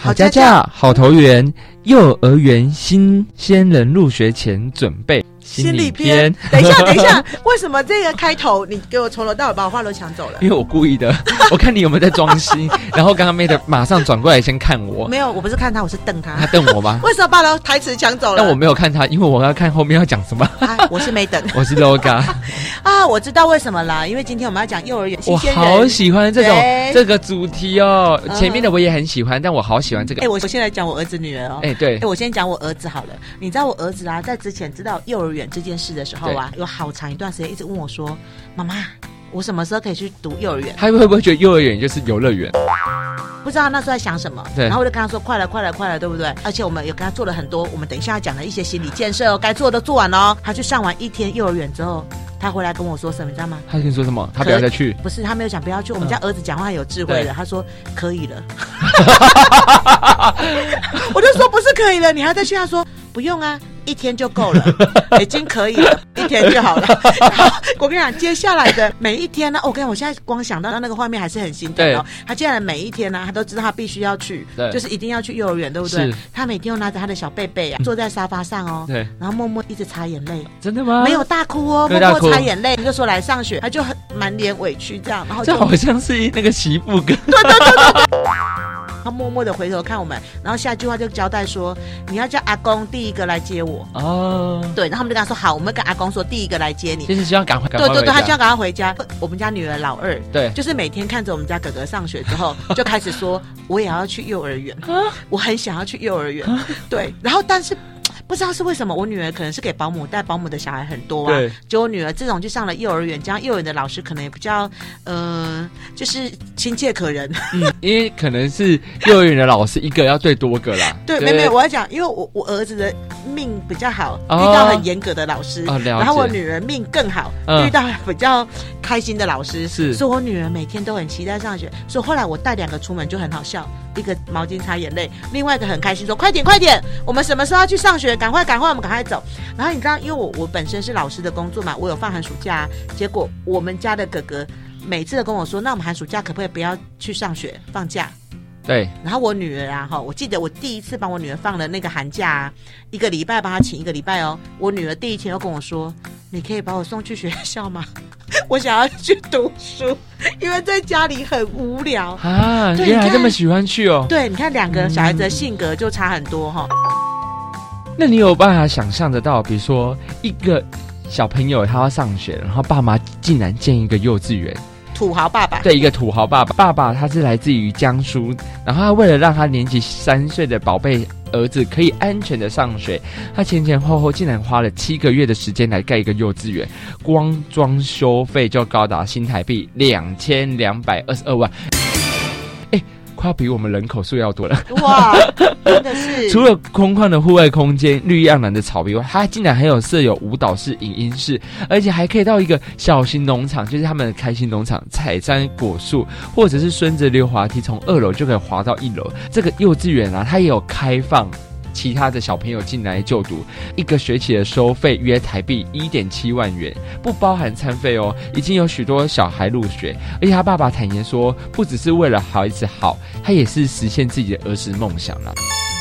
好家教，好投缘，幼儿园新鲜人入学前准备心理篇。 等一下，为什么这个开头你给我从头到尾把我话都抢走了？ 因为我故意的，我看你有没有在装心，然后刚刚妹的马上转过来先看我。 没有，我不是看他，我是瞪他。 他瞪我吗？ 为什么把我台词抢走了？ 但我没有看他，因为我要看后面要讲什么。 我是没等， 我是 Loga 啊，我知道为什么啦，因为今天我们要讲幼儿园新鲜人。 我好喜欢这个主题哦，前面的我也很喜欢，但我好喜欢这个。 我先来讲我儿子女儿哦。 对， 我先讲我儿子好了。你知道我儿子啊，在之前知道幼儿园这件事的时候啊，有好长一段时间一直问我说：“妈妈，我什么时候可以去读幼儿园？” 他会不会觉得幼儿园就是游乐园？ 不知道那时候在想什么，然后我就跟他说：“快了，对不对？”而且我们有跟他做了很多，我们等一下要讲的一些心理建设哦，该做的都做完哦。他去上完一天幼儿园之后，他回来跟我说什么，你知道吗？ 他跟你说什么？他不要再去？ 不是，他没有讲不要去。我们家儿子讲话很有智慧的，他说可以了。我就说不是可以了，你还要再去？他说不用啊。一天就够了，已经可以了，一天就好了。我跟你讲，接下来的每一天呢，我现在光想到那个画面还是很心疼哦。他接下来每一天呢，他都知道他必须要去，就是一定要去幼儿园，对不对？他每天都拿着他的小贝贝啊，坐在沙发上哦，对，然后默默一直擦眼泪。 真的吗？ 没有大哭哦，默默擦眼泪。你就说来上学，他就很满脸委屈这样，然后这好像是那个媳妇跟对。他默默的回头看我们，然后下一句话就交代说：“你要叫阿公第一个来接我。”哦，对，然后我们就跟他说：“好，我们跟阿公说第一个来接你。” 就是希望赶快对，他希望赶快回家。我们家女儿老二， 对， 就是每天看着我们家哥哥上学之后，就开始说：“我也要去幼儿园，我很想要去幼儿园。”对，然后但是。不知道是为什么，我女儿可能是给保姆带保姆的小孩很多啊，就我女儿这种就上了幼儿园，这样幼儿园的老师可能也比较就是亲切可人。 因为可能是幼儿园的老师一个要对多个啦。 对，没，我要讲，因为我儿子的命比较好，遇到很严格的老师，然后我女儿命更好，遇到比较开心的老师，所以我女儿每天都很期待上学。所以后来我带2个出门就很好笑，一个毛巾擦眼泪，另外一个很开心说：“快点，我们什么时候要去上学？赶快，我们赶快走。”然后你知道，因为我本身是老师的工作嘛，我有放寒暑假，结果我们家的哥哥每次都跟我说：“那我们寒暑假可不可以不要去上学，放假？” 对。 然后我女儿啊，我记得我第一次帮我女儿放了那个寒假啊，1个礼拜帮她请1个礼拜哦。我女儿第一天又跟我说：“你可以把我送去学校吗？我想要去读书，因为在家里很无聊啊。”原来这么喜欢去哦。 对，你看2个小孩子的性格就差很多哈。 那你有办法想象得到，比如说一个小朋友他要上学，然后爸妈竟然建一个幼稚园？ 土豪爸爸， 对，一个土豪爸爸他是来自于江苏，然后他为了让他年纪3岁的宝贝儿子可以安全的上学，他前后竟然花了7个月的时间来盖一个幼稚园，光装修费就高达新台币2222万。快要比我们人口数要多了。 哇，真的是！ 除了空旷的户外空间、绿意盎然的草皮外，它竟然还有设有舞蹈室、影音室，而且还可以到一个小型农场，就是他们的开心农场，采摘果树，或者是顺着溜滑梯从2楼就可以滑到1楼。这个幼稚园啊，它也有开放其他的小朋友进来就读，1个学期的收费约台币1.7万元，不包含餐费哦。已经有许多小孩入学，而且他爸爸坦言说，不只是为了孩子好，他也是实现自己的儿时梦想啦。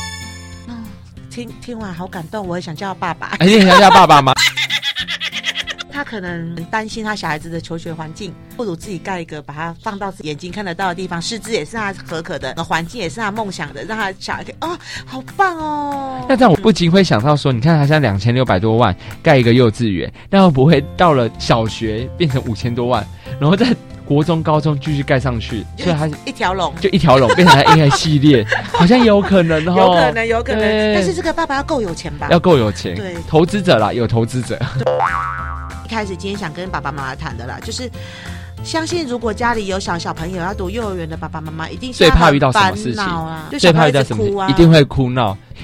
听完好感动，我也想叫爸爸。 你想叫爸爸吗？ 他可能担心他小孩子的求学环境，不如自己盖一个，把他放到眼睛看得到的地方，师资也是他可可的，环境也是他梦想的，让他小孩可以好棒哦。 那这样我不禁会想到说，你看他现在2600多万盖一个幼稚园，那会不会到了小学变成5000多万，然后再国中、高中继续盖上去，所以它一条龙， 就一条龙变成一个系列，好像有可能哦， 有可能。但是这个爸爸要够有钱吧？ 要够有钱， 对， 投资者啦，有投资者。 一开始今天想跟爸爸妈妈谈的啦，就是相信如果家里有小朋友要读幼儿园的爸爸妈妈，一定是最怕遇到什么事情啊？ 最怕遇到什么？ 一定会哭闹。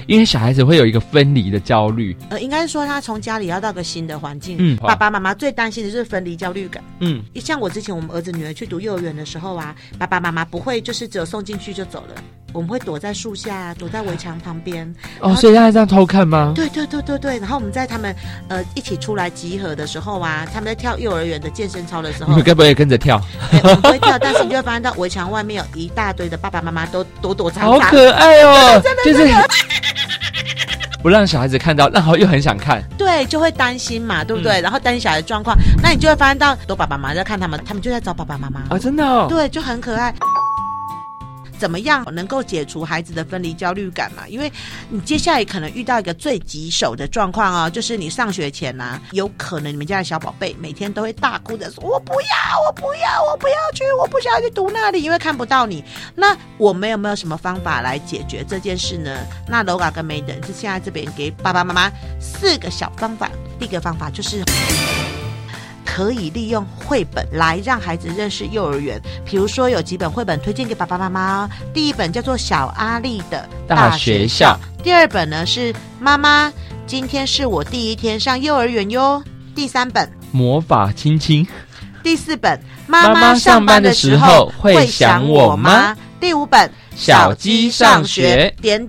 因为小孩子会有一个分离的焦虑。 应该说他从家里要到个新的环境，爸爸妈妈最担心的就是分离焦虑感。像我之前我们儿子女儿去读幼儿园的时候啊，爸爸妈妈不会就是只有送进去就走了，我们会躲在树下，躲在围墙旁边。 所以他这样偷看吗？ 对。然后我们在他们一起出来集合的时候啊，他们在跳幼儿园的健身操的时候， 你们该不会也跟着跳？ 我们不会跳，但是你就会发现到围墙外面有一大堆的爸爸妈妈都躲藏藏， 好可爱哦！就是不让小孩子看到，然后又很想看， 对，就会担心嘛，对不对？然后担心小孩的状况，那你就会发现到多爸爸妈妈在看他们就在找爸爸妈妈啊，真的哦， 对，就很可爱。怎么样能够解除孩子的分离焦虑感嘛？因为你接下来可能遇到一个最棘手的状况哦，就是你上学前啊，有可能你们家的小宝贝每天都会大哭的说：“我不要去，我不想要去读那里，因为看不到你。”那我们有没有什么方法来解决这件事呢？那 Loga 跟 Maiden 是现在这边给爸爸妈妈4个小方法。第一个方法就是可以利用绘本来让孩子认识幼儿园，比如说有几本绘本推荐给爸爸妈妈。第一本叫做小阿力的大学校，第二本呢是妈妈今天是我第一天上幼儿园哟，第三本魔法亲亲， 第四本妈妈上班的时候会想我吗？第五本小鸡上学， 点。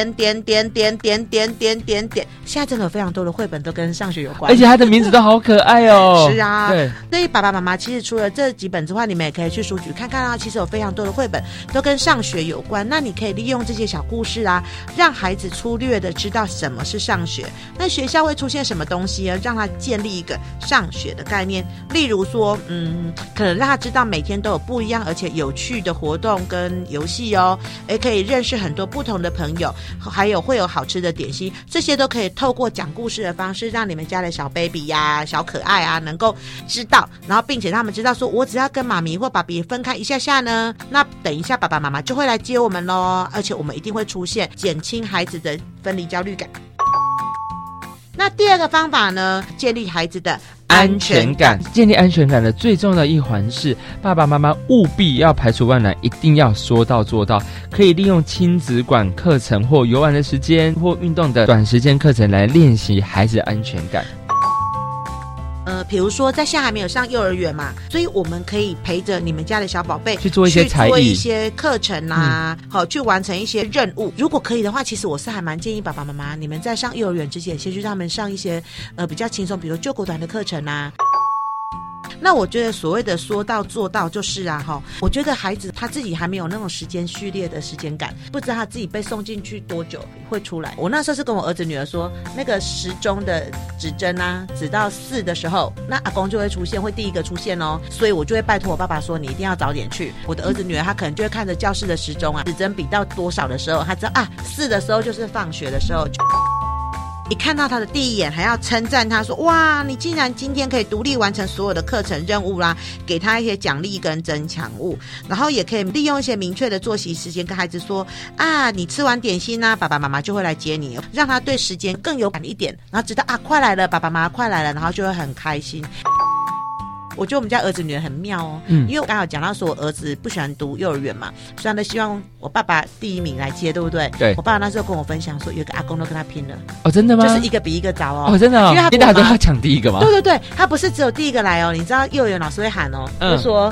现在真的有非常多的绘本都跟上学有关， 而且它的名字都好可爱哦。 是啊， 对。 所以爸爸妈妈其实除了这几本之外，你们也可以去书局看看啊。其实有非常多的绘本都跟上学有关，那你可以利用这些小故事啊，让孩子粗略的知道什么是上学。那学校会出现什么东西呢？让他建立一个上学的概念。例如说，可能让他知道每天都有不一样而且有趣的活动跟游戏哦，也可以认识很多不同的朋友，还有会有好吃的点心，这些都可以透过讲故事的方式，让你们家的小 baby 呀、小可爱啊，能够知道，然后并且让他们知道说，我只要跟妈咪或爸比分开一下下呢，那等一下爸爸妈妈就会来接我们咯，而且我们一定会出现，减轻孩子的分离焦虑感。那第二个方法呢，建立孩子的安全感。 建立安全感的最重要的一环是，爸爸妈妈务必要排除万难，一定要说到做到。可以利用亲子馆课程或游玩的时间或运动的短时间课程来练习孩子的安全感。 比如说在现在还没有上幼儿园嘛，所以我们可以陪着你们家的小宝贝去做一些才艺， 去做一些课程啊，好，去完成一些任务。如果可以的话，其实我是还蛮建议爸爸妈妈，你们在上幼儿园之前，先去让他们上一些比较轻松，比如救国团的课程啊。那我觉得所谓的说到做到就是啊，我觉得孩子他自己还没有那种时间序列的时间感，不知道他自己被送进去多久会出来。我那时候是跟我儿子女儿说，那个时钟的指针啊，指到4的时候，那阿公就会出现，会第一个出现哦，所以我就会拜托我爸爸说，你一定要早点去。我的儿子女儿他可能就会看着教室的时钟啊，指针比到多少的时候，他知道啊4的时候就是放学的时候。一看到他的第一眼还要称赞他说，哇，你竟然今天可以独立完成所有的课程任务啦，给他一些奖励跟增强物，然后也可以利用一些明确的作息时间跟孩子说啊，你吃完点心啊，爸爸妈妈就会来接你，让他对时间更有感一点，然后知道啊快来了，爸爸妈妈快来了，然后就会很开心。我觉得我们家儿子女儿很妙哦，因为我刚好讲到说我儿子不喜欢读幼儿园嘛，所以他希望我爸爸第一名来接，对不对？ 对。 我爸爸那时候跟我分享说，有一个阿公都跟他拼了。 哦，真的吗？ 就是一个比一个早哦。 哦，真的哦。 因为他大家都要抢第一个吗？ 对对对，他不是只有第一个来哦，你知道幼儿园老师会喊哦，就说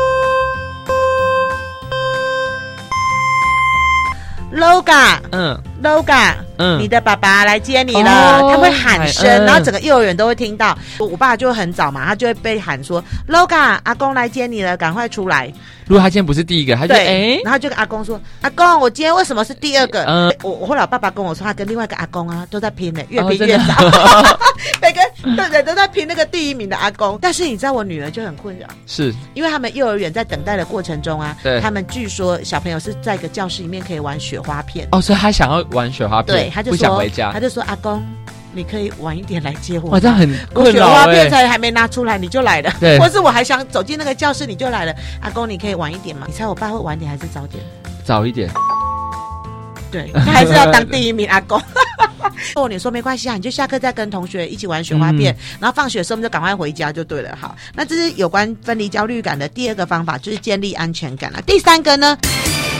，Loga， Loga， 你的爸爸来接你了，他会喊声，然后整个幼儿园都会听到。我爸就很早嘛，他就会被喊说 ，Loga， 阿公来接你了，赶快出来。 如果他今天不是第一个，他就然后就跟阿公说，阿公，我今天为什么是第二个？我后来我爸爸跟我说，他跟另外一个阿公啊都在拼呢，越拼越少，每个人都在拼那个第一名的阿公。但是你知道我女儿就很困扰， 是因为他们幼儿园在等待的过程中啊，他们据说小朋友是在一个教室里面可以玩雪花片。 哦，所以他想要玩雪花片， 对，他就说不想回家， 他就说阿公，你可以晚一点来接我。 哇，这样很困扰。 我雪花片才还没拿出来你就来了， 对， 或是我还想走进那个教室你就来了。阿公，你可以晚一点吗？你猜我爸会晚点还是早点？ 早一点。 对，他还是要当第一名阿公。你说没关系啊，你就下课再跟同学一起玩雪花片，然后放学的时候我们就赶快回家就对了。好，那这是有关分离焦虑感的第二个方法，就是建立安全感了。第三个呢，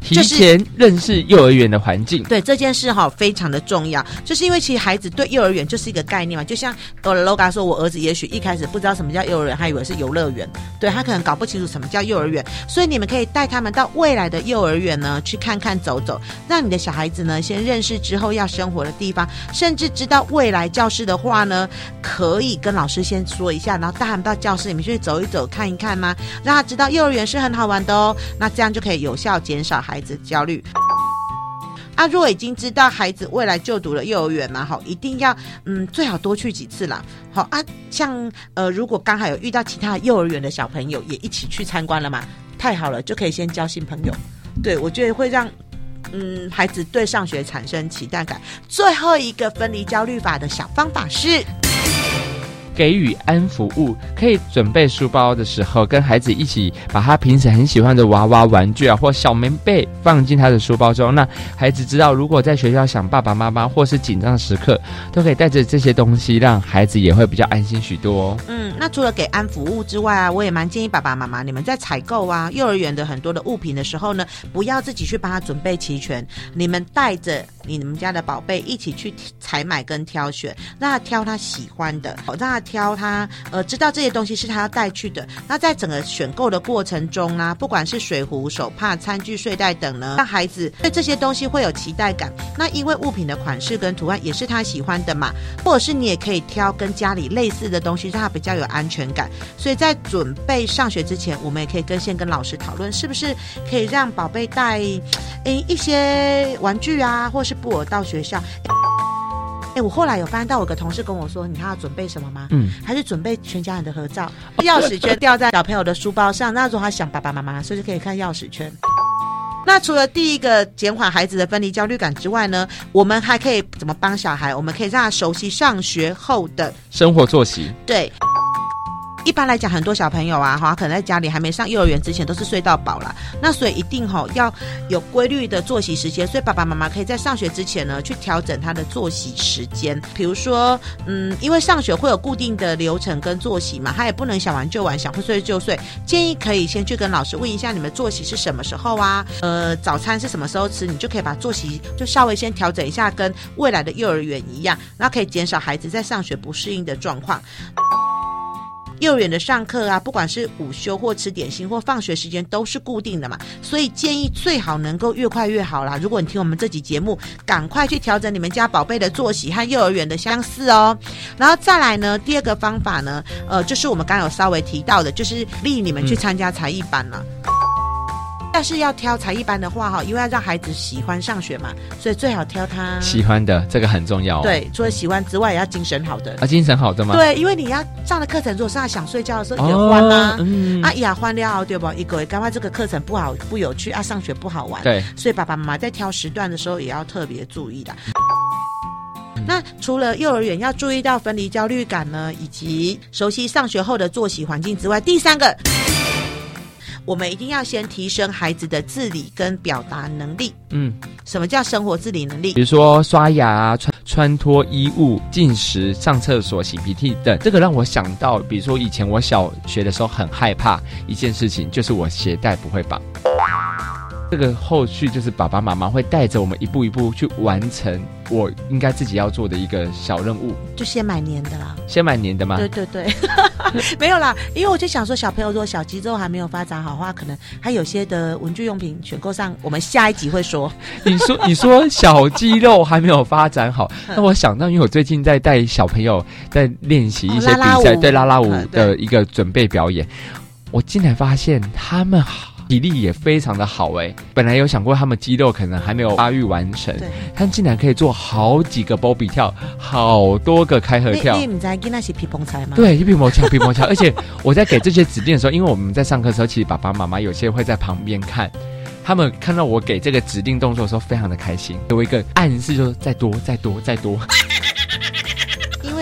提前认识幼儿园的环境。 对，这件事非常的重要，就是因为其实孩子对幼儿园就是一个概念嘛，就像我的 Loga 说，我儿子也许一开始不知道什么叫幼儿园，他以为是游乐园，对，他可能搞不清楚什么叫幼儿园，所以你们可以带他们到未来的幼儿园呢去看看走走，让你的小孩子呢先认识之后要生活的地方，甚至知道未来教室的话呢，可以跟老师先说一下，然后带他们到教室里面去走一走看一看嘛，让他知道幼儿园是很好玩的哦，那这样就可以有效减少孩子焦虑。如果已经知道孩子未来就读了幼儿园嘛，一定要最好多去几次啦。像如果刚好有遇到其他幼儿园的小朋友也一起去参观了嘛，太好了，就可以先交新朋友。对，我觉得会让孩子对上学产生期待感。最后一个分离焦虑法的小方法是给予安抚物，可以准备书包的时候跟孩子一起把他平时很喜欢的娃娃玩具或小棉被放进他的书包中，那孩子知道如果在学校想爸爸妈妈或是紧张的时刻，都可以带着这些东西，让孩子也会比较安心许多那除了给安抚物之外我也蛮建议爸爸妈妈你们在采购幼儿园的很多的物品的时候呢，不要自己去帮他准备齐全，你们带着你们家的宝贝一起去采买跟挑选，让他挑他喜欢的，让他挑他知道这些东西是他要带去的。那在整个选购的过程中呢，不管是水壶、手帕、餐具、睡袋等呢，让孩子对这些东西会有期待感。那因为物品的款式跟图案也是他喜欢的嘛，或者是你也可以挑跟家里类似的东西，让他比较有安全感。所以在准备上学之前，我们也可以先跟老师讨论，是不是可以让宝贝带一些玩具或是布偶到学校。我后来有发现到，我有个同事跟我说，你看要准备什么吗？还是准备全家人的合照，钥匙圈掉在小朋友的书包上，那如果他想爸爸妈妈，所以就可以看钥匙圈。那除了第一个减缓孩子的分离焦虑感之外呢，我们还可以怎么帮小孩？我们可以让他熟悉上学后的生活作息。 对。一般来讲，很多小朋友他可能在家里还没上幼儿园之前都是睡到饱啦，那所以一定要有规律的作息时间，所以爸爸妈妈可以在上学之前呢去调整他的作息时间。比如说因为上学会有固定的流程跟作息嘛，他也不能想玩就玩，想睡就睡，建议可以先去跟老师问一下你们作息是什么时候早餐是什么时候吃，你就可以把作息就稍微先调整一下，跟未来的幼儿园一样，然后可以减少孩子在上学不适应的状况。幼儿园的上课不管是午休或吃点心或放学时间都是固定的嘛，所以建议最好能够越快越好啦。如果你听我们这集节目，赶快去调整你们家宝贝的作息和幼儿园的相似哦。然后再来呢，第二个方法呢，就是我们刚刚有稍微提到的，就是励你们去参加才艺班啦。但是要挑才艺班的话因为要让孩子喜欢上学嘛，所以最好挑他喜欢的，这个很重要对，除了喜欢之外也要精神好的精神好的吗？ 对，因为你要上的课程如果是他想睡觉的时候也欢也欢了对不？一个赶快这个课程不好不有趣上学不好玩， 对， 所以爸爸妈妈在挑时段的时候也要特别注意的。那除了幼儿园要注意到分离焦虑感呢，以及熟悉上学后的作息环境之外，第三个我们一定要先提升孩子的自理跟表达能力。什么叫生活自理能力？ 比如说刷牙穿脱衣物、进食、上厕所、擤鼻涕等。这个让我想到，比如说以前我小学的时候很害怕一件事情，就是我鞋带不会绑。这个后续就是爸爸妈妈会带着我们一步一步去完成我应该自己要做的一个小任务。 就先买黏的啦。 先买黏的吗？ 对对对没有啦，因为我就想说小朋友如果小肌肉还没有发展好的话，可能还有些的文具用品选购上我们下一集会说你说小肌肉还没有发展好那我想到因为我最近在带小朋友在练习一些比赛，对啦啦舞的一个准备表演，我竟然发现他们体力也非常的好本来有想过他们肌肉可能还没有发育完成，他们竟然可以做好几个波比跳，好多个开合跳。 你不知道那是皮蓬菜吗？ 对，皮蓬跳而且我在给这些指令的时候，因为我们在上课的时候其实爸爸妈妈有些会在旁边看，他们看到我给这个指定动作的时候非常的开心，给我一个暗示就是再多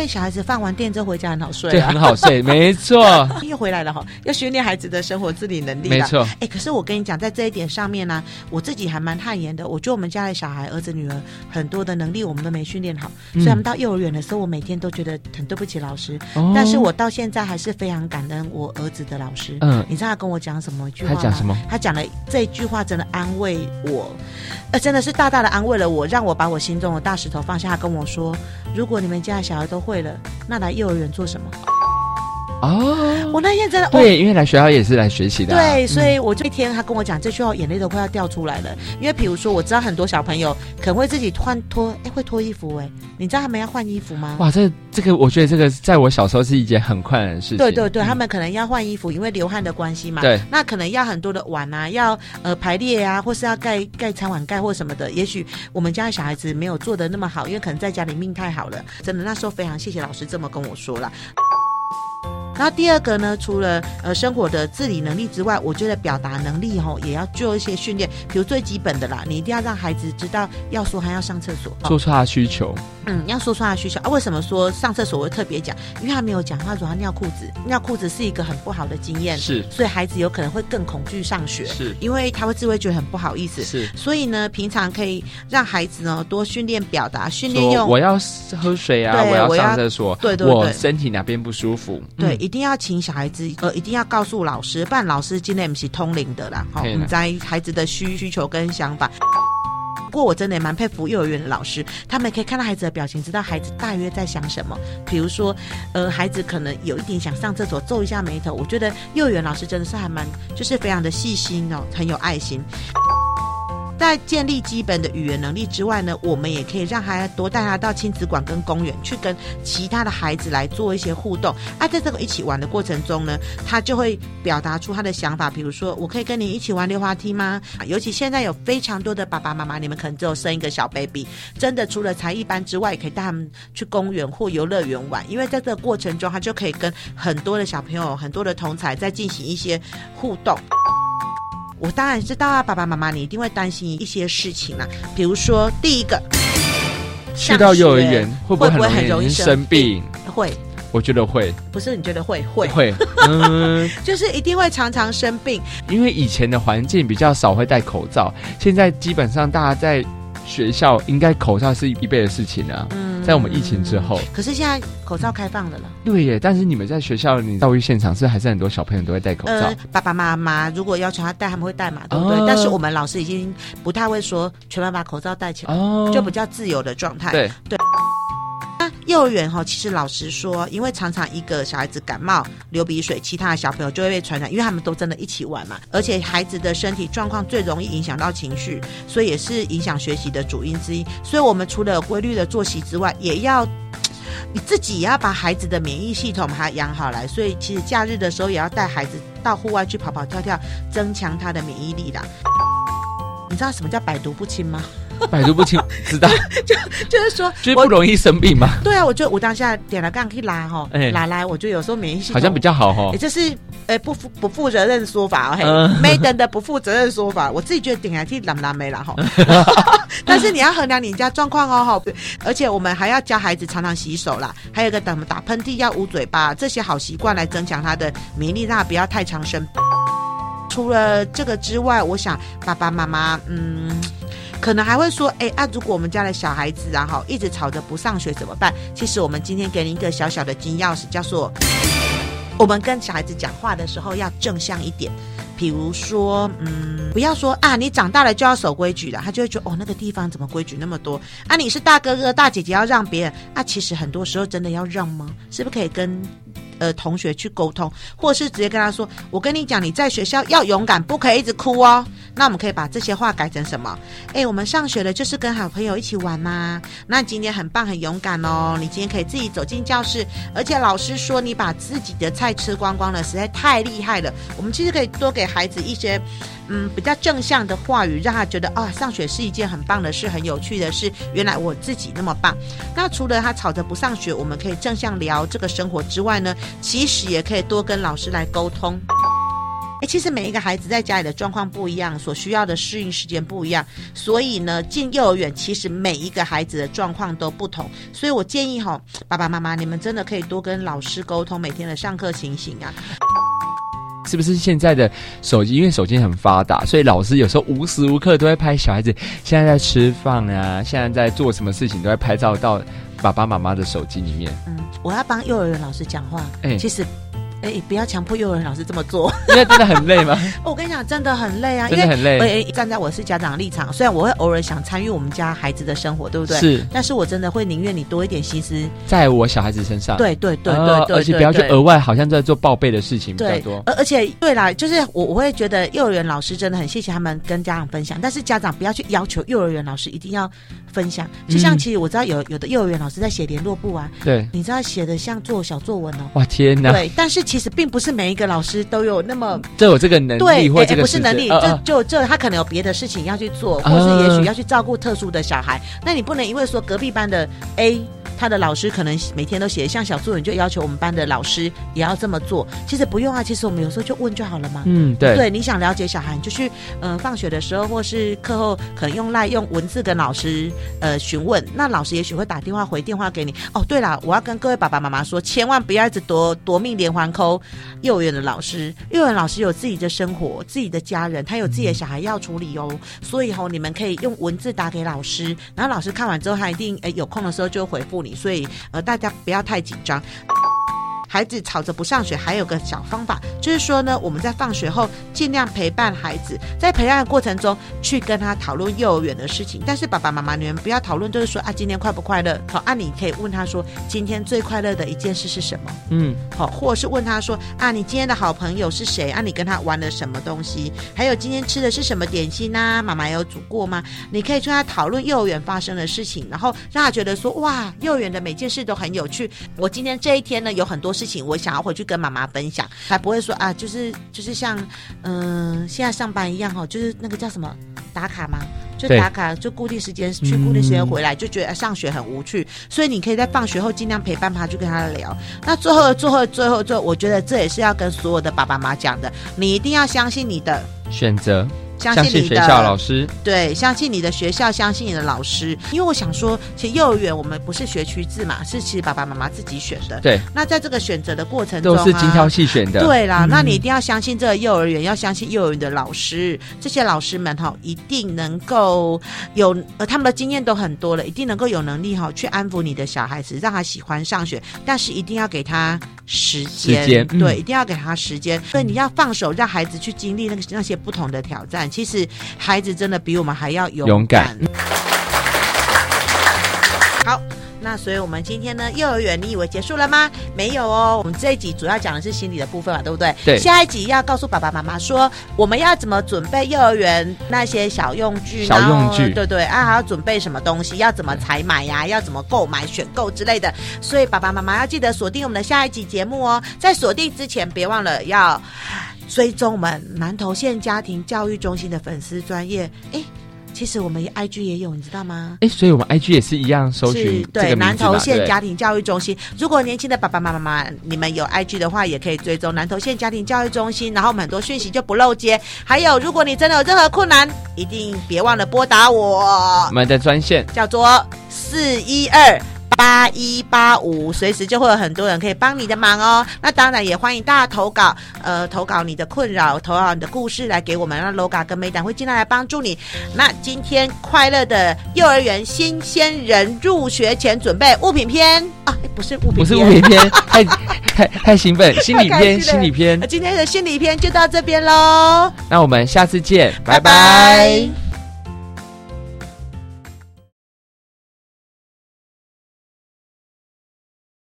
为小孩子放完电之后回家很好睡对，很好睡，没错。 又回来了哈，要训练孩子的生活自理能力， 没错。 可是我跟你讲，在这一点上面呢，我自己还蛮汗颜的。我觉得我们家的小孩，儿子女儿很多的能力我们都没训练好，所以他们到幼儿园的时候，我每天都觉得很对不起老师。但是我到现在还是非常感恩我儿子的老师。你知道他跟我讲什么一句话吗？ 他讲什么？ 他讲了这一句话，真的安慰我，真的是大大的安慰了我，让我把我心中的大石头放下。他跟我说，如果你们家的小孩都会了，那来幼儿园做什么？我那天真的对，因为来学校也是来学习的。 对，所以我这一天他跟我讲这句话，眼泪都快要掉出来了。因为比如说，我知道很多小朋友可能会自己会脱衣服。你知道他们要换衣服吗？ 哇，这个，我觉得这个在我小时候是一件很困难的事情。 对对对，他们可能要换衣服，因为流汗的关系嘛。 对， 那可能要很多的碗啊，要排列啊，或是要盖餐碗盖或什么的。也许我们家的小孩子没有做的那么好，因为可能在家里命太好了。真的，那时候非常谢谢老师这么跟我说啦。然后第二个呢，除了生活的自理能力之外，我觉得表达能力也要做一些训练。比如最基本的啦，你一定要让孩子知道要说还要上厕所， 说出他的需求。 要说出他的需求为什么说上厕所我会特别讲？因为他没有讲话，说他尿裤子，尿裤子是一个很不好的经验， 是， 所以孩子有可能会更恐惧上学， 是， 因为他会觉得很不好意思， 是。所以呢，平常可以让孩子呢多训练表达，训练用我要喝水啊，我要上厕所， 对， 我身体哪边不舒服， 对，一定要请小孩子一定要告诉老师，不然老师今天不是通灵的啦，你在孩子的需求跟想法。不过我真的也蛮佩服幼儿园的老师，他们可以看到孩子的表情，知道孩子大约在想什么。比如说孩子可能有一点想上厕所，皱一下眉头，我觉得幼儿园老师真的是还蛮就是非常的细心很有爱心。在建立基本的语言能力之外呢，我们也可以让孩子多带他到亲子馆跟公园去跟其他的孩子来做一些互动在这个一起玩的过程中呢，他就会表达出他的想法。比如说，我可以跟你一起玩溜滑梯吗？尤其现在有非常多的爸爸妈妈，你们可能只有生一个小 baby， 真的除了才艺班之外，也可以带他们去公园或游乐园玩，因为在这个过程中，他就可以跟很多的小朋友、很多的同侪在进行一些互动。我当然知道爸爸妈妈你一定会担心一些事情啦，比如说第一个， 去到幼儿园会不会很容易生病？ 会， 我觉得会。 不是，你觉得会？就是一定会常常生病。 因为以前的环境比较少会戴口罩，现在基本上大家在学校应该口罩是必备的事情啊。在我们疫情之后， 可是现在口罩开放了啦。 对耶，但是你们在学校，你教育现场是还是很多小朋友都会戴口罩。 爸爸妈妈如果要求他戴，他们会戴嘛，对不对？但是我们老师已经不太会说全班把口罩戴起来，就比较自由的状态。对。那幼儿园其实老实说，因为常常一个小孩子感冒流鼻水，其他的小朋友就会被传染，因为他们都真的一起玩嘛。而且孩子的身体状况最容易影响到情绪，所以也是影响学习的主因之一。所以我们除了有规律的作息之外，也要你自己也要把孩子的免疫系统把它养好来。所以其实假日的时候也要带孩子到户外去跑跑跳跳，增强他的免疫力啦。你知道什么叫百毒不侵吗？ 百毒不侵，知道就是说， 就是不容易生病嘛。 对啊，我觉得我当下点了杠可以拉拉来，我觉得有时候免疫系统好像比较好这是不负责任说法Maiden 的不负责任说法，我自己觉得点来替拉没啦但是你要衡量你家状况而且我们还要教孩子常常洗手啦，还有一个打喷嚏要捂嘴巴，这些好习惯来增强他的免疫力，让他不要太常生病。除了这个之外，我想爸爸妈妈可能还会说如果我们家的小孩子一直吵着不上学怎么办？其实我们今天给你一个小小的金钥匙，叫做我们跟小孩子讲话的时候要正向一点。比如说不要说你长大了就要守规矩了，他就会觉得那个地方怎么规矩那么多你是大哥哥大姐姐要让别人其实很多时候真的要让吗？是不是可以跟同学去沟通，或者是直接跟他说，我跟你讲，你在学校要勇敢，不可以一直哭哦。那我们可以把这些话改成什么？我们上学了就是跟好朋友一起玩嘛。那你今天很棒很勇敢哦，你今天可以自己走进教室，而且老师说你把自己的菜吃光光了，实在太厉害了。我们其实可以多给孩子一些比较正向的话语，让他觉得上学是一件很棒的事，很有趣的事，原来我自己那么棒。那除了他吵着不上学，我们可以正向聊这个生活之外呢，其实也可以多跟老师来沟通。 其实每一个孩子在家里的状况不一样，所需要的适应时间不一样，所以呢进幼儿园其实每一个孩子的状况都不同，所以我建议爸爸妈妈你们真的可以多跟老师沟通每天的上课情形啊。 是不是现在的手机，因为手机很发达，所以老师有时候无时无刻都会拍小孩子现在在吃饭啊，现在在做什么事情都会拍照到爸爸妈妈的手机里面。 我要帮幼儿园老师讲话，其实不要强迫幼儿园老师这么做， 因为真的很累吗？ 我跟你讲，真的很累啊， 真的很累。 站在我是家长的立场，虽然我会偶尔想参与我们家孩子的生活，对不对？ 是， 但是我真的会宁愿你多一点心思在我小孩子身上。 对， 而且不要去额外好像在做报备的事情比较多。 而且对啦，就是我会觉得幼儿园老师真的很谢谢他们跟家长分享，但是家长不要去要求幼儿园老师一定要分享。就像其实我知道有的幼儿园老师在写联络簿啊， 对， 你知道写的像做小作文哦。 哇天哪！ 对，但是其实并不是每一个老师都有那么有这个能力，或这个不是能力，这他可能有别的事情要去做，或是也许要去照顾特殊的小孩。那你不能因为说隔壁班的 A他的老师可能每天都写像小作文，就要求我们班的老师也要这么做。其实不用啊，其实我们有时候就问就好了嘛。对，你想了解小孩，你就去放学的时候或是课后可能用赖用文字跟老师询问，那老师也许会打电话回电话给你。哦，对了，我要跟各位爸爸妈妈说，千万不要一直夺命连环扣幼儿园的老师。幼儿园老师有自己的生活，自己的家人，他有自己的小孩要处理哦。所以你们可以用文字打给老师，然后老师看完之后，他一定有空的时候就会回复你。所以大家不要太紧张。孩子吵着不上学还有个小方法，就是说呢，我们在放学后尽量陪伴孩子，在陪伴的过程中去跟他讨论幼儿园的事情。但是爸爸妈妈你们不要讨论就是说今天快不快乐，你可以问他说今天最快乐的一件事是什么，或者是问他说你今天的好朋友是谁，你跟他玩了什么东西，还有今天吃的是什么点心啊，妈妈有煮过吗？你可以跟他讨论幼儿园发生的事情，然后让他觉得说哇，幼儿园的每件事都很有趣，我今天这一天呢有很多事情我想要回去跟妈妈分享，还不会说就是像现在上班一样就是那个叫什么打卡吗？就打卡就固定时间去固定时间回来，就觉得上学很无趣。所以你可以在放学后尽量陪伴他，去跟他聊。那最后我觉得这也是要跟所有的爸爸妈妈讲的，你一定要相信你的选择， 相信学校老师， 对，相信你的学校，相信你的老师。因为我想说，其实幼儿园我们不是学区制嘛，是其实爸爸妈妈自己选的。 对， 那在这个选择的过程中， 都是精挑细选的。 对啦，那你一定要相信这个幼儿园，要相信幼儿园的老师，这些老师们一定能够有他们的经验都很多了，一定能够有能力去安抚你的小孩子，让他喜欢上学，但是一定要给他时间，对，一定要给他时间。所以你要放手，让孩子去经历那些不同的挑战。其实孩子真的比我们还要勇敢。好，那所以我们今天呢，幼儿园你以为结束了吗？没有哦，我们这一集主要讲的是心理的部分嘛，对不对？ 对。 下一集要告诉爸爸妈妈说，我们要怎么准备幼儿园那些小用具，对，还要准备什么东西，要怎么采买呀，要怎么购买、选购之类的。所以爸爸妈妈要记得锁定我们的下一集节目哦。在锁定之前，别忘了要追踪我们南投县家庭教育中心的粉丝专页。其实我们 IG 也有，你知道吗？ 所以我们 IG 也是一样搜寻这个名字嘛，对， 南投县家庭教育中心。如果年轻的爸爸妈妈你们有 IG 的话，也可以追踪南投县家庭教育中心，然后我们很多讯息就不漏接。还有，如果你真的有任何困难，一定别忘了拨打我们的专线， 叫做4128185，随时就会有很多人可以帮你的忙哦。那当然也欢迎大家投稿，投稿你的困扰，投稿你的故事来给我们，让 Loga 跟美胆会尽量来帮助你。那今天快乐的幼儿园新鲜人入学前准备物品篇不是物品篇， 太兴奋，心理篇。 今天的心理篇就到这边咯， 那我们下次见，拜拜。